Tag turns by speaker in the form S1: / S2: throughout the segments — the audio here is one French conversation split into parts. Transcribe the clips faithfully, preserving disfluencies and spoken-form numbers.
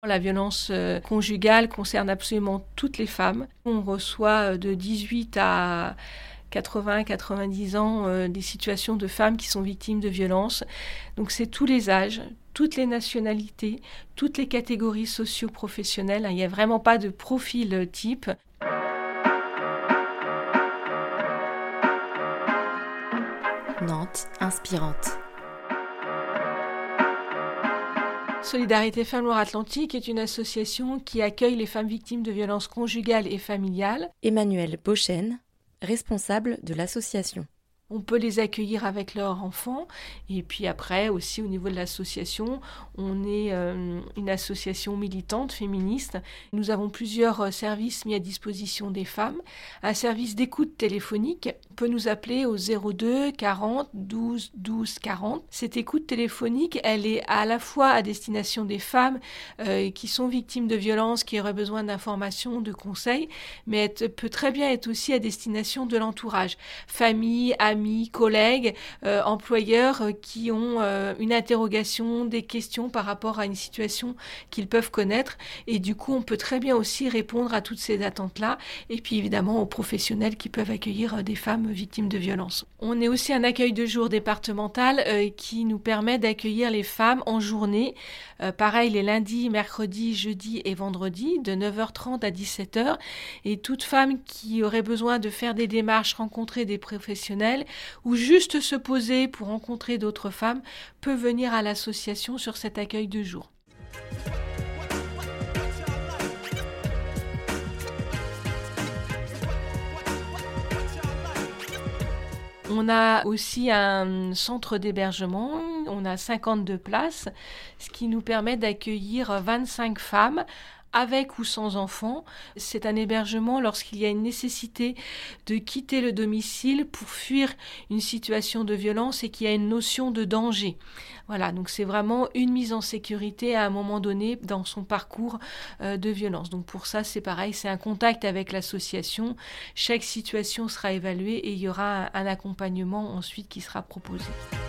S1: La violence euh, conjugale concerne absolument toutes les femmes. On reçoit euh, de dix-huit à quatre-vingts à quatre-vingt-dix ans euh, des situations de femmes qui sont victimes de violences. Donc c'est tous les âges, toutes les nationalités, toutes les catégories socio-professionnelles. Il n'y a vraiment pas de profil type.
S2: Nantes inspirante.
S1: Solidarité Femmes Loire-Atlantique est une association qui accueille les femmes victimes de violences conjugales et familiales.
S2: Emmanuelle Beauchesne, responsable de l'association.
S1: On peut les accueillir avec leurs enfants et puis après aussi au niveau de l'association, on est euh, une association militante féministe. Nous avons plusieurs services mis à disposition des femmes. Un service d'écoute téléphonique peut nous appeler au zéro deux quarante douze douze quarante. Cette écoute téléphonique, elle est à la fois à destination des femmes euh, qui sont victimes de violences, qui auraient besoin d'informations, de conseils, mais elle peut très bien être aussi à destination de l'entourage, famille, amis, amis, collègues, euh, employeurs euh, qui ont euh, une interrogation, des questions par rapport à une situation qu'ils peuvent connaître. Et du coup, on peut très bien aussi répondre à toutes ces attentes-là. Et puis évidemment aux professionnels qui peuvent accueillir euh, des femmes victimes de violences. On est aussi un accueil de jour départemental euh, qui nous permet d'accueillir les femmes en journée. Euh, pareil, les lundis, mercredis, jeudis et vendredis, de neuf heures trente à dix-sept heures. Et toute femme qui aurait besoin de faire des démarches, rencontrer des professionnels, ou juste se poser pour rencontrer d'autres femmes, peut venir à l'association sur cet accueil de jour. On a aussi un centre d'hébergement, on a cinquante-deux places, ce qui nous permet d'accueillir vingt-cinq femmes avec ou sans enfants. C'est un hébergement lorsqu'il y a une nécessité de quitter le domicile pour fuir une situation de violence et qu'il y a une notion de danger. Voilà, donc c'est vraiment une mise en sécurité à un moment donné dans son parcours euh, de violence. Donc pour ça, c'est pareil, c'est un contact avec l'association. Chaque situation sera évaluée et il y aura un, un accompagnement ensuite qui sera proposé.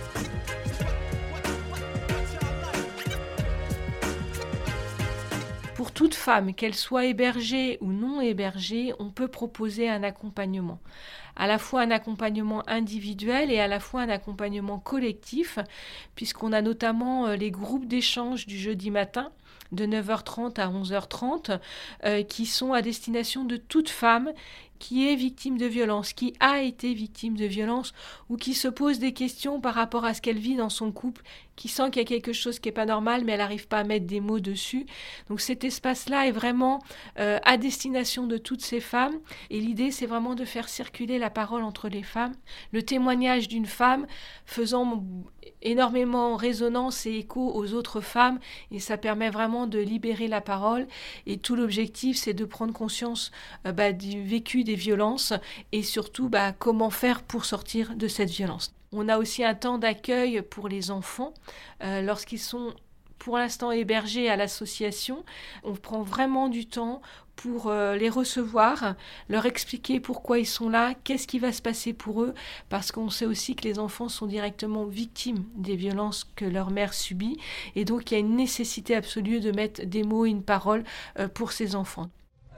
S1: Pour toute femme, qu'elle soit hébergée ou non hébergée, on peut proposer un accompagnement. À la fois un accompagnement individuel et à la fois un accompagnement collectif, puisqu'on a notamment les groupes d'échange du jeudi matin, de neuf heures trente à onze heures trente, euh, qui sont à destination de toute femme qui est victime de violence, qui a été victime de violence ou qui se pose des questions par rapport à ce qu'elle vit dans son couple, qui sent qu'il y a quelque chose qui n'est pas normal, mais elle n'arrive pas à mettre des mots dessus. Donc cet espace-là est vraiment euh, à destination de toutes ces femmes. Et l'idée, c'est vraiment de faire circuler la parole entre les femmes. Le témoignage d'une femme faisant énormément résonance et écho aux autres femmes. Et ça permet vraiment de libérer la parole. Et tout l'objectif, c'est de prendre conscience euh, bah, du vécu des violences et surtout bah, comment faire pour sortir de cette violence. On a aussi un temps d'accueil pour les enfants euh, lorsqu'ils sont pour l'instant hébergés à l'association. On prend vraiment du temps pour euh, les recevoir, leur expliquer pourquoi ils sont là, qu'est-ce qui va se passer pour eux, parce qu'on sait aussi que les enfants sont directement victimes des violences que leur mère subit, et donc il y a une nécessité absolue de mettre des mots et une parole euh, pour ces enfants.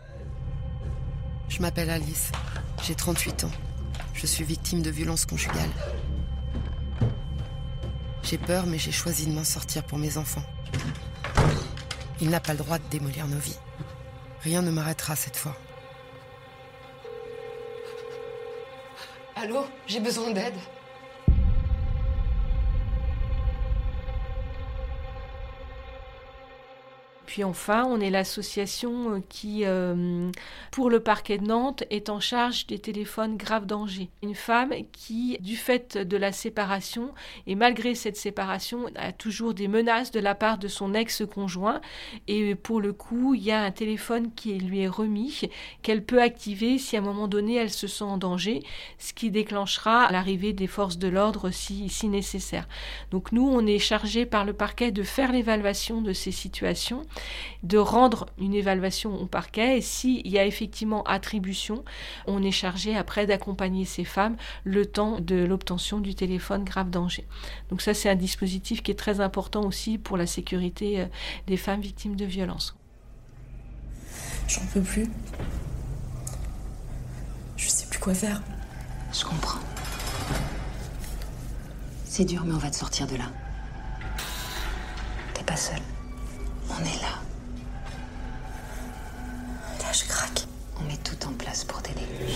S3: Je m'appelle Alice, j'ai trente-huit ans. Je suis victime de violences conjugales. J'ai peur, mais j'ai choisi de m'en sortir pour mes enfants. Il n'a pas le droit de démolir nos vies. Rien ne m'arrêtera cette fois. Allô, j'ai besoin d'aide.
S1: Puis enfin, on est l'association qui, euh, pour le parquet de Nantes, est en charge des téléphones grave danger. Une femme qui, du fait de la séparation, et malgré cette séparation, a toujours des menaces de la part de son ex-conjoint. Et pour le coup, il y a un téléphone qui lui est remis, qu'elle peut activer si à un moment donné, elle se sent en danger, ce qui déclenchera l'arrivée des forces de l'ordre si, si nécessaire. Donc nous, on est chargé par le parquet de faire l'évaluation de ces situations de rendre une évaluation au parquet. Et s'il y a effectivement attribution, on est chargé après d'accompagner ces femmes le temps de l'obtention du téléphone grave danger. Donc ça, c'est un dispositif qui est très important aussi pour la sécurité des femmes victimes de violences.
S4: J'en peux plus. Je sais plus quoi faire.
S5: Je comprends. C'est dur, mais on va te sortir de là. T'es pas seule. On est là.
S4: Là, je craque.
S5: On met tout en place pour t'aider.
S6: Chérie ?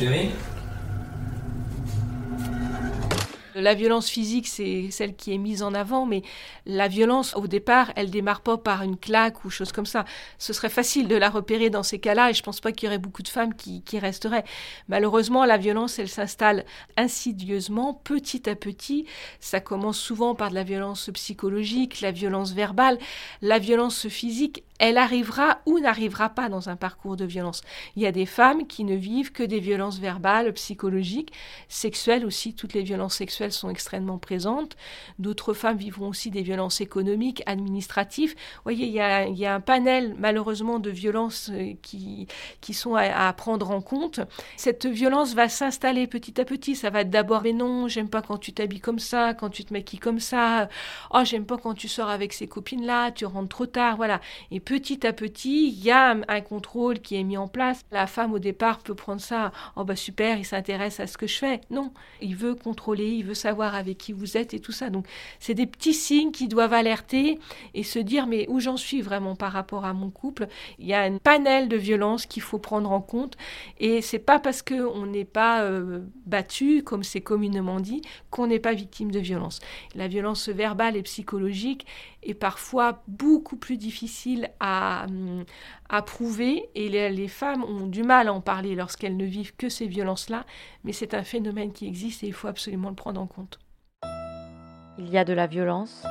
S1: La violence physique, c'est celle qui est mise en avant, mais la violence, au départ, elle démarre pas par une claque ou chose comme ça. Ce serait facile de la repérer dans ces cas-là, et je pense pas qu'il y aurait beaucoup de femmes qui, qui resteraient. Malheureusement, la violence, elle s'installe insidieusement, petit à petit. Ça commence souvent par de la violence psychologique, la violence verbale, la violence physique. Elle arrivera ou n'arrivera pas dans un parcours de violence. Il y a des femmes qui ne vivent que des violences verbales, psychologiques, sexuelles aussi. Toutes les violences sexuelles sont extrêmement présentes. D'autres femmes vivront aussi des violences économiques, administratives. Vous voyez, il y a, il y a un panel, malheureusement, de violences qui, qui sont à, à prendre en compte. Cette violence va s'installer petit à petit. Ça va être d'abord « mais non, j'aime pas quand tu t'habilles comme ça, quand tu te maquilles comme ça. Oh, j'aime pas quand tu sors avec ces copines-là, tu rentres trop tard. » Voilà. Et petit à petit, il y a un, un contrôle qui est mis en place. La femme, au départ, peut prendre ça. « Oh, bah super, il s'intéresse à ce que je fais. » Non, il veut contrôler, il veut savoir avec qui vous êtes et tout ça. Donc, c'est des petits signes qui doivent alerter et se dire « mais où j'en suis vraiment par rapport à mon couple ?» Il y a un panel de violences qu'il faut prendre en compte. Et c'est pas parce qu'on n'est pas euh, battu, comme c'est communément dit, qu'on n'est pas victime de violence. La violence verbale et psychologique est parfois beaucoup plus difficile à, à prouver, et les, les femmes ont du mal à en parler lorsqu'elles ne vivent que ces violences-là, mais c'est un phénomène qui existe et il faut absolument le prendre en compte.
S7: Il y a de la violence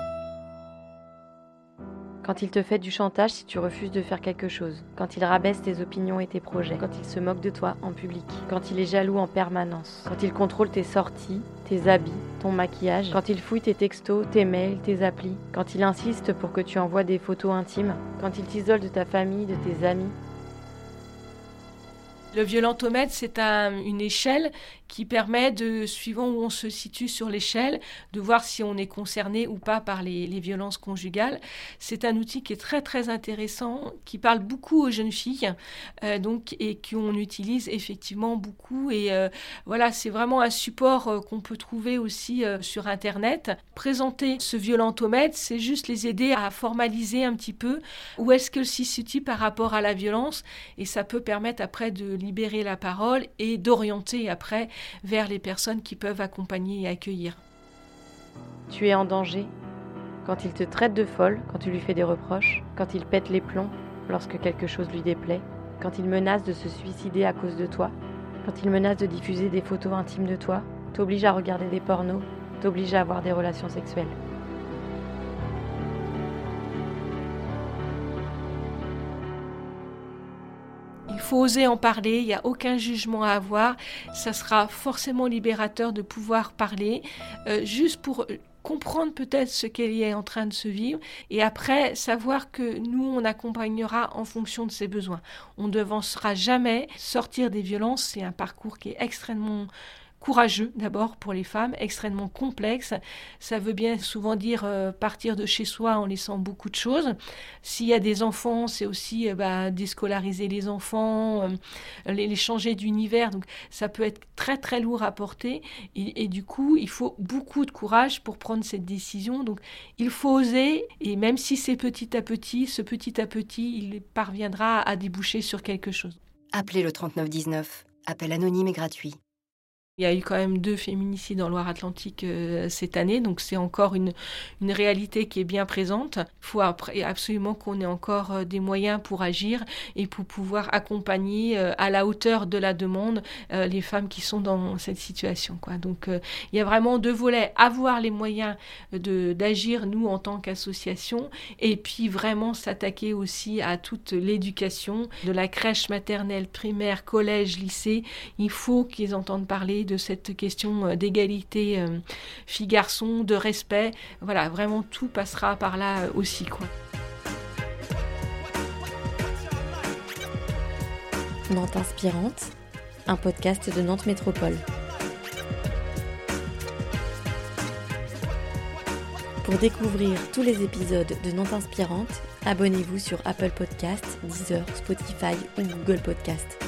S7: quand il te fait du chantage si tu refuses de faire quelque chose, quand il rabaisse tes opinions et tes projets, quand il se moque de toi en public, quand il est jaloux en permanence, quand il contrôle tes sorties, tes habits, ton maquillage, quand il fouille tes textos, tes mails, tes applis, quand il insiste pour que tu envoies des photos intimes, quand il t'isole de ta famille, de tes amis.
S1: Le violentomètre, c'est un, une échelle qui permet, de, suivant où on se situe sur l'échelle, de voir si on est concerné ou pas par les, les violences conjugales. C'est un outil qui est très très intéressant, qui parle beaucoup aux jeunes filles, euh, donc, et qu'on utilise effectivement beaucoup. Et euh, voilà, c'est vraiment un support euh, qu'on peut trouver aussi euh, sur Internet. Présenter ce violentomètre, c'est juste les aider à formaliser un petit peu où est-ce qu'elles s'y situent par rapport à la violence, et ça peut permettre après de libérer la parole et d'orienter après vers les personnes qui peuvent accompagner et accueillir.
S7: Tu es en danger quand il te traite de folle, quand tu lui fais des reproches, quand il pète les plombs lorsque quelque chose lui déplaît, quand il menace de se suicider à cause de toi, quand il menace de diffuser des photos intimes de toi, t'oblige à regarder des pornos, t'oblige à avoir des relations sexuelles.
S1: Il faut oser en parler, il n'y a aucun jugement à avoir, ça sera forcément libérateur de pouvoir parler, euh, juste pour comprendre peut-être ce qu'elle est en train de se vivre, et après savoir que nous, on accompagnera en fonction de ses besoins. On ne devancera jamais sortir des violences, c'est un parcours qui est extrêmement courageux d'abord pour les femmes, extrêmement complexe. Ça veut bien souvent dire euh, partir de chez soi en laissant beaucoup de choses. S'il y a des enfants, c'est aussi euh, bah, déscolariser les enfants, euh, les, les changer d'univers. Donc ça peut être très très lourd à porter. Et, et du coup, il faut beaucoup de courage pour prendre cette décision. Donc il faut oser, et même si c'est petit à petit, ce petit à petit, il parviendra à déboucher sur quelque chose.
S2: Appelez le trente-neuf dix-neuf. Appel anonyme et gratuit.
S1: Il y a eu quand même deux féminicides en Loire-Atlantique euh, cette année, donc c'est encore une, une réalité qui est bien présente. Il faut après, absolument qu'on ait encore euh, des moyens pour agir et pour pouvoir accompagner euh, à la hauteur de la demande euh, les femmes qui sont dans cette situation, quoi. Donc euh, il y a vraiment deux volets, avoir les moyens de, d'agir, nous, en tant qu'association, et puis vraiment s'attaquer aussi à toute l'éducation, de la crèche maternelle, primaire, collège, lycée. Il faut qu'ils entendent parler de cette question d'égalité euh, filles-garçons, de respect. Voilà, vraiment tout passera par là aussi, quoi.
S2: Nantes Inspirante, un podcast de Nantes Métropole. Pour découvrir tous les épisodes de Nantes Inspirante, abonnez-vous sur Apple Podcasts, Deezer, Spotify ou Google Podcasts.